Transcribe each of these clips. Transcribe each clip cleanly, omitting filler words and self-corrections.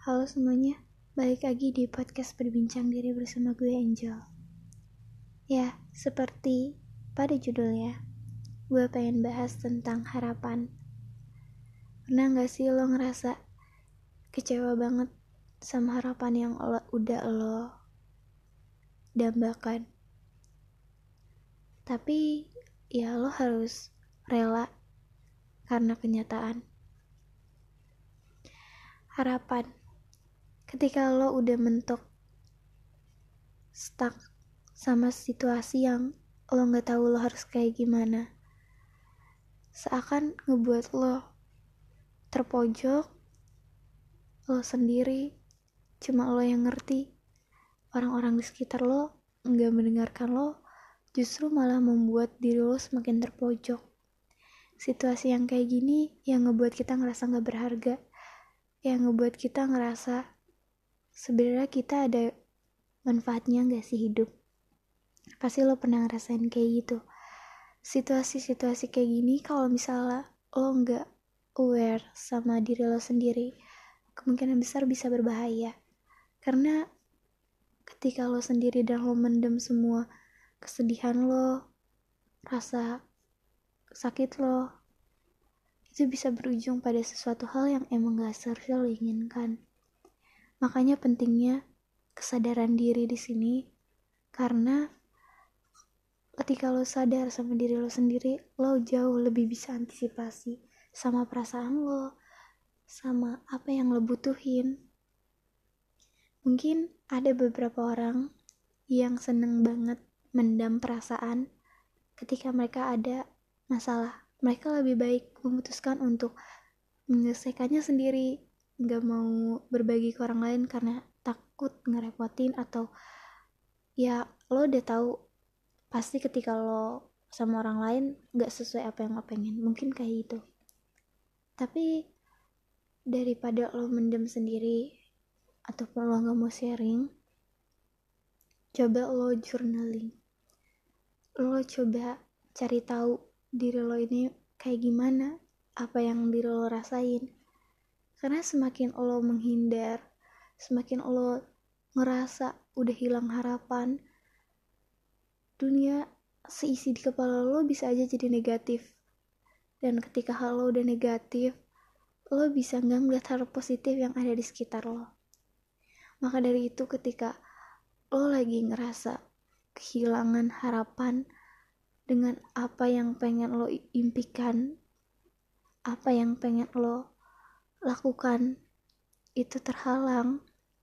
Halo semuanya, balik lagi di podcast Berbincang Diri bersama gue Angel. Ya, seperti pada judulnya, gue pengen bahas tentang harapan. Pernah gak sih lo ngerasa kecewa banget sama harapan yang udah lo dambakan? Tapi ya lo harus rela karena kenyataan. Harapan, ketika lo udah mentok stuck sama situasi yang lo gak tahu lo harus kayak gimana, seakan ngebuat lo terpojok, lo sendiri, cuma lo yang ngerti. Orang-orang di sekitar lo gak mendengarkan lo, justru malah membuat diri lo semakin terpojok. Situasi yang kayak gini yang ngebuat kita ngerasa gak berharga, yang ngebuat kita ngerasa sebenarnya kita ada manfaatnya gak sih hidup. Pasti lo pernah ngerasain kayak gitu. Situasi-situasi kayak gini kalau misalnya lo gak aware sama diri lo sendiri, kemungkinan besar bisa berbahaya. Karena ketika lo sendiri dan lo mendem semua kesedihan lo, rasa sakit lo, itu bisa berujung pada sesuatu hal yang emang gak seharusnya lo inginkan. Makanya pentingnya kesadaran diri di sini, karena ketika lo sadar sama diri lo sendiri, lo jauh lebih bisa antisipasi sama perasaan lo, sama apa yang lo butuhin. Mungkin ada beberapa orang yang seneng banget mendam perasaan ketika mereka ada masalah. Mereka lebih baik memutuskan untuk menyelesaikannya sendiri, gak mau berbagi ke orang lain karena takut ngerepotin, atau ya lo udah tahu pasti ketika lo sama orang lain gak sesuai apa yang lo pengen, mungkin kayak gitu. Tapi daripada lo mendem sendiri ataupun lo gak mau sharing, coba lo journaling. Lo coba cari tahu diri lo ini kayak gimana, apa yang diri lo rasain. Karena semakin lo menghindar, semakin lo ngerasa udah hilang harapan, dunia seisi di kepala lo bisa aja jadi negatif. Dan ketika hal lo udah negatif, lo bisa gak ngeliat hal positif yang ada di sekitar lo. Maka dari itu ketika lo lagi ngerasa kehilangan harapan dengan apa yang pengen lo impikan, apa yang pengen lo lakukan itu terhalang,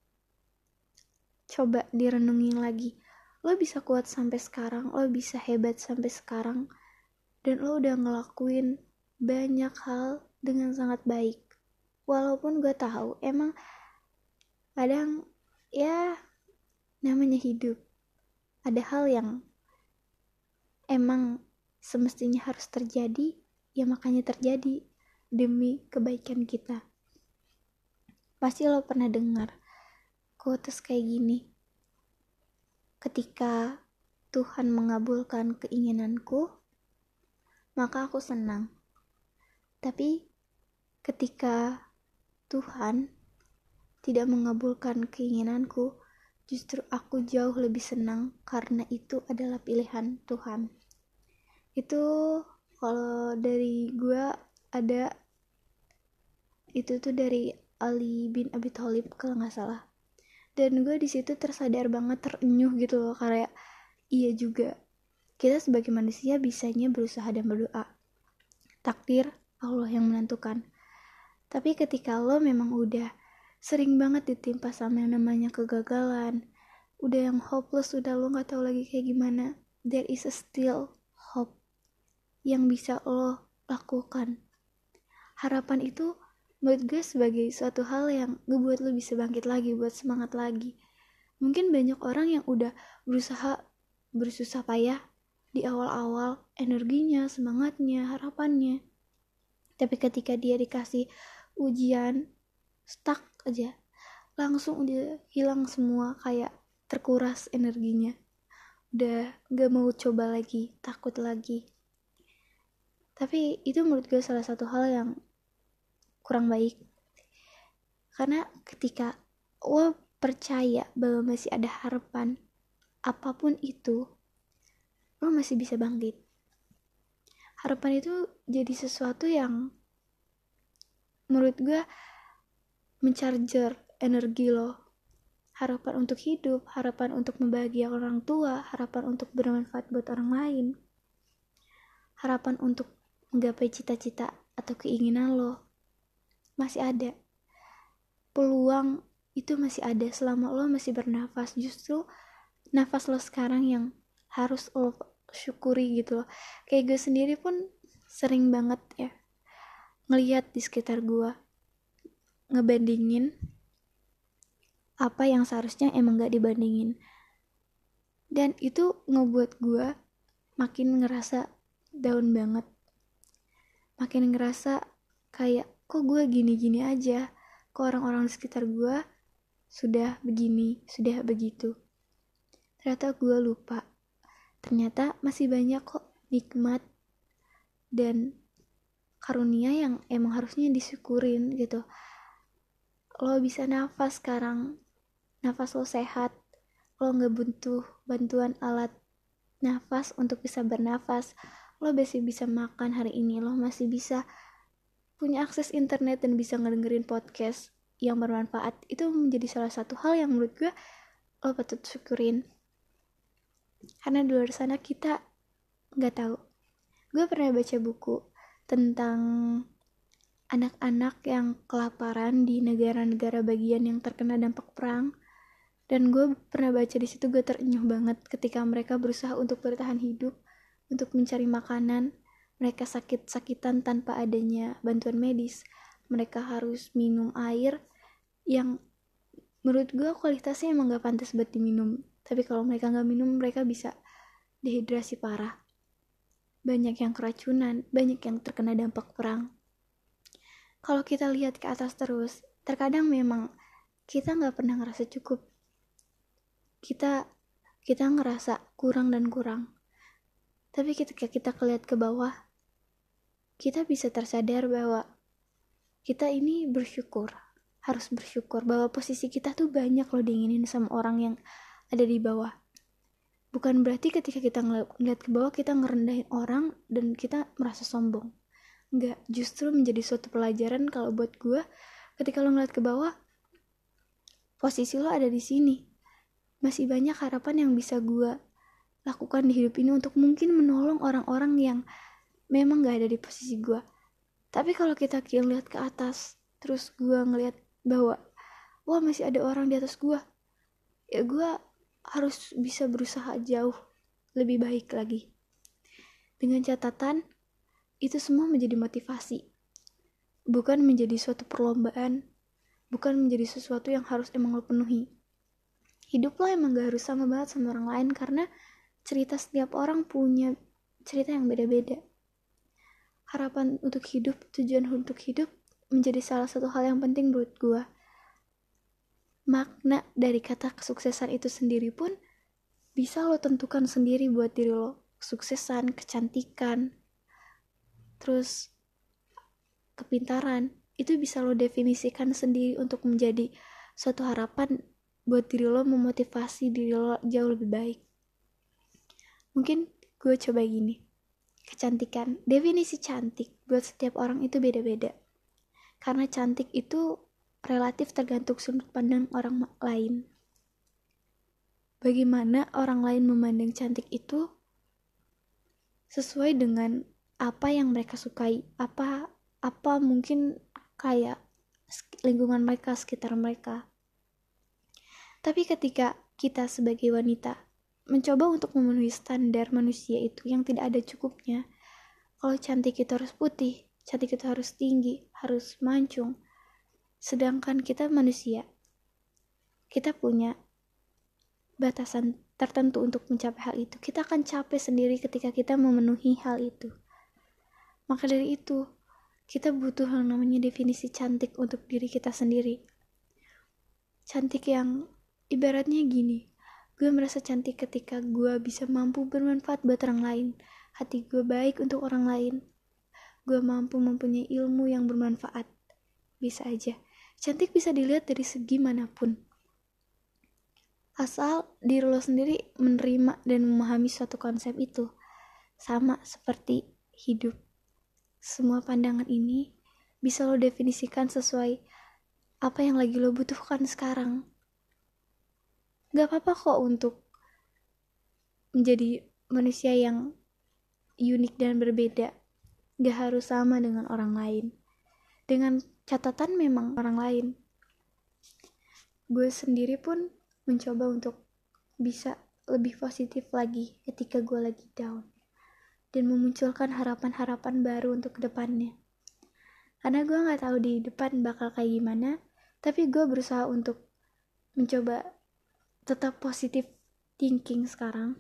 coba direnungin lagi. Lo bisa kuat sampai sekarang, lo bisa hebat sampai sekarang, dan lo udah ngelakuin banyak hal dengan sangat baik. Walaupun gue tahu emang kadang ya namanya hidup, ada hal yang emang semestinya harus terjadi, ya makanya terjadi demi kebaikan kita. Pasti lo pernah dengar quotes kayak gini, ketika Tuhan mengabulkan keinginanku, maka aku senang. Tapi ketika Tuhan tidak mengabulkan keinginanku, justru aku jauh lebih senang karena itu adalah pilihan Tuhan. Itu kalau dari gue ada, itu tuh dari Ali bin Abi Thalib kalau nggak salah. Dan gue di situ tersadar banget, terenyuh gitu loh, kayak iya juga, kita sebagai manusia bisanya berusaha dan berdoa, takdir Allah yang menentukan. Tapi ketika lo memang udah sering banget ditimpa sama yang namanya kegagalan, udah yang hopeless, udah lo gak tahu lagi kayak gimana, there is a still hope yang bisa lo lakukan. Harapan itu menurut gue sebagai suatu hal yang ngebuat lo bisa bangkit lagi, buat semangat lagi. Mungkin banyak orang yang udah berusaha bersusah payah di awal-awal, energinya, semangatnya, harapannya, tapi ketika dia dikasih ujian, stuck aja, langsung udah hilang semua, kayak terkuras energinya, udah gak mau coba lagi, takut lagi. Tapi itu menurut gue salah satu hal yang kurang baik, Karena ketika lo percaya bahwa masih ada harapan, apapun itu, lo masih bisa bangkit. Harapan itu jadi sesuatu yang menurut gue mencarger energi lo. Harapan untuk hidup, harapan untuk membahagiakan orang tua, harapan untuk bermanfaat buat orang lain, harapan untuk menggapai cita-cita atau keinginan lo masih ada. Peluang itu masih ada selama lo masih bernafas. Justru nafas lo sekarang yang harus lo syukuri gitu loh. Kayak gue sendiri pun sering banget ya ngelihat di sekitar gue, ngebandingin apa yang seharusnya emang gak dibandingin. Dan itu ngebuat gue makin ngerasa down banget. Makin ngerasa kayak, kok gue gini-gini aja, kok orang-orang di sekitar gue sudah begini, sudah begitu. Ternyata gue lupa, ternyata masih banyak kok nikmat dan karunia yang emang harusnya disyukurin gitu. Lo bisa nafas sekarang, nafas lo sehat, lo gak butuh bantuan alat nafas untuk bisa bernafas. Lo masih bisa makan hari ini, lo masih bisa punya akses internet dan bisa ngedengerin podcast yang bermanfaat. Itu menjadi salah satu hal yang menurut gue lo patut syukurin. Karena di luar sana kita gak tahu. Gue pernah baca buku tentang anak-anak yang kelaparan di negara-negara bagian yang terkena dampak perang. Dan gue pernah baca di situ, gue terenyuh banget ketika mereka berusaha untuk bertahan hidup, untuk mencari makanan. Mereka sakit-sakitan tanpa adanya bantuan medis. Mereka harus minum air yang menurut gue kualitasnya emang gak pantas buat diminum. Tapi kalau mereka gak minum, mereka bisa dehidrasi parah. Banyak yang keracunan, banyak yang terkena dampak perang. Kalau kita lihat ke atas terus, terkadang memang kita gak pernah ngerasa cukup. Kita ngerasa kurang dan kurang. Tapi ketika kita lihat ke bawah, kita bisa tersadar bahwa kita ini bersyukur, harus bersyukur bahwa posisi kita tuh banyak loh diinginin sama orang yang ada di bawah. Bukan berarti ketika kita ngeliat ke bawah kita ngerendahin orang dan kita merasa sombong. Enggak, justru menjadi suatu pelajaran kalau buat gue, ketika lo ngeliat ke bawah, posisi lo ada di sini. Masih banyak harapan yang bisa gue lakukan di hidup ini untuk mungkin menolong orang-orang yang memang gak ada di posisi gue. Tapi kalau kita lihat ke atas, terus gue ngeliat bahwa wah masih ada orang di atas gue, ya gue harus bisa berusaha jauh lebih baik lagi. Dengan catatan, itu semua menjadi motivasi, bukan menjadi suatu perlombaan, bukan menjadi sesuatu yang harus emang lo penuhi. Hidup lo emang gak harus sama banget sama orang lain, karena cerita setiap orang punya cerita yang beda-beda. Harapan untuk hidup, tujuan untuk hidup menjadi salah satu hal yang penting buat gue. Makna dari kata kesuksesan itu sendiri pun bisa lo tentukan sendiri buat diri lo. Kesuksesan, kecantikan, terus kepintaran, itu bisa lo definisikan sendiri untuk menjadi suatu harapan buat diri lo, memotivasi diri lo jauh lebih baik. Mungkin gue coba gini, kecantikan, definisi cantik buat setiap orang itu beda-beda. Karena cantik itu relatif tergantung sudut pandang orang lain. Bagaimana orang lain memandang cantik itu sesuai dengan apa yang mereka sukai, apa mungkin kayak lingkungan mereka, sekitar mereka. Tapi ketika kita sebagai wanita mencoba untuk memenuhi standar manusia itu yang tidak ada cukupnya, kalau cantik itu harus putih, cantik itu harus tinggi, harus mancung. Sedangkan kita manusia, kita punya batasan tertentu untuk mencapai hal itu. Kita akan capek sendiri ketika kita memenuhi hal itu. Maka dari itu, kita butuh yang namanya definisi cantik untuk diri kita sendiri. Cantik yang ibaratnya gini, gue merasa cantik ketika gue bisa mampu bermanfaat buat orang lain. Hati gue baik untuk orang lain. Gue mampu mempunyai ilmu yang bermanfaat. Bisa aja. Cantik bisa dilihat dari segi manapun, asal diri lo sendiri menerima dan memahami suatu konsep itu. Sama seperti hidup, semua pandangan ini bisa lo definisikan sesuai apa yang lagi lo butuhkan sekarang. Gak apa-apa kok untuk menjadi manusia yang unik dan berbeda. Gak harus sama dengan orang lain. Dengan catatan memang orang lain. Gue sendiri pun mencoba untuk bisa lebih positif lagi ketika gue lagi down. Dan memunculkan harapan-harapan baru untuk kedepannya. Karena gue gak tahu di depan bakal kayak gimana, tapi gue berusaha untuk mencoba tetap positif thinking sekarang.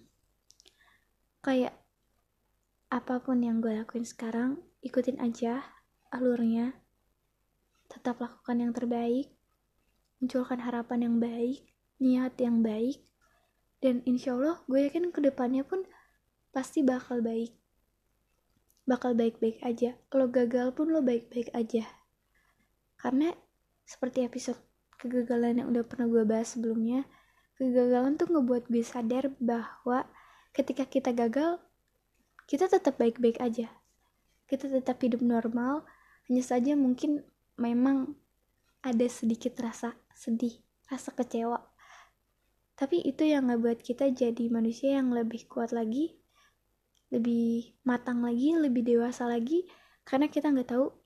Kayak apapun yang gue lakuin sekarang, ikutin aja alurnya. Tetap lakukan yang terbaik, munculkan harapan yang baik, niat yang baik, dan insya Allah gue yakin kedepannya pun pasti bakal baik. Bakal baik-baik aja. Lo gagal pun lo baik-baik aja. Karena seperti episode kegagalan yang udah pernah gue bahas sebelumnya, kegagalan tuh ngebuat gue sadar bahwa ketika kita gagal, kita tetap baik-baik aja. Kita tetap hidup normal, hanya saja mungkin memang ada sedikit rasa sedih, rasa kecewa. Tapi itu yang ngebuat kita jadi manusia yang lebih kuat lagi, lebih matang lagi, lebih dewasa lagi, karena kita nggak tahu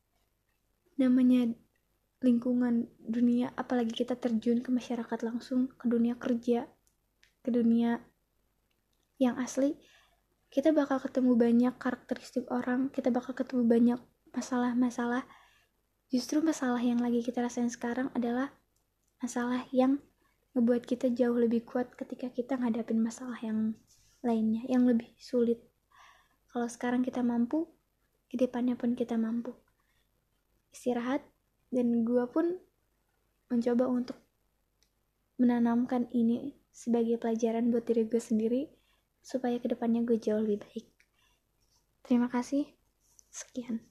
namanya lingkungan dunia, apalagi kita terjun ke masyarakat langsung, ke dunia kerja, ke dunia yang asli, kita bakal ketemu banyak karakteristik orang, kita bakal ketemu banyak masalah-masalah. Justru masalah yang lagi kita rasain sekarang adalah masalah yang ngebuat kita jauh lebih kuat ketika kita ngadapin masalah yang lainnya, yang lebih sulit. Kalau sekarang kita mampu, ke depannya pun kita mampu. Istirahat, dan gue pun mencoba untuk menanamkan ini sebagai pelajaran buat diri gue sendiri, supaya ke depannya gue jauh lebih baik. Terima kasih. Sekian.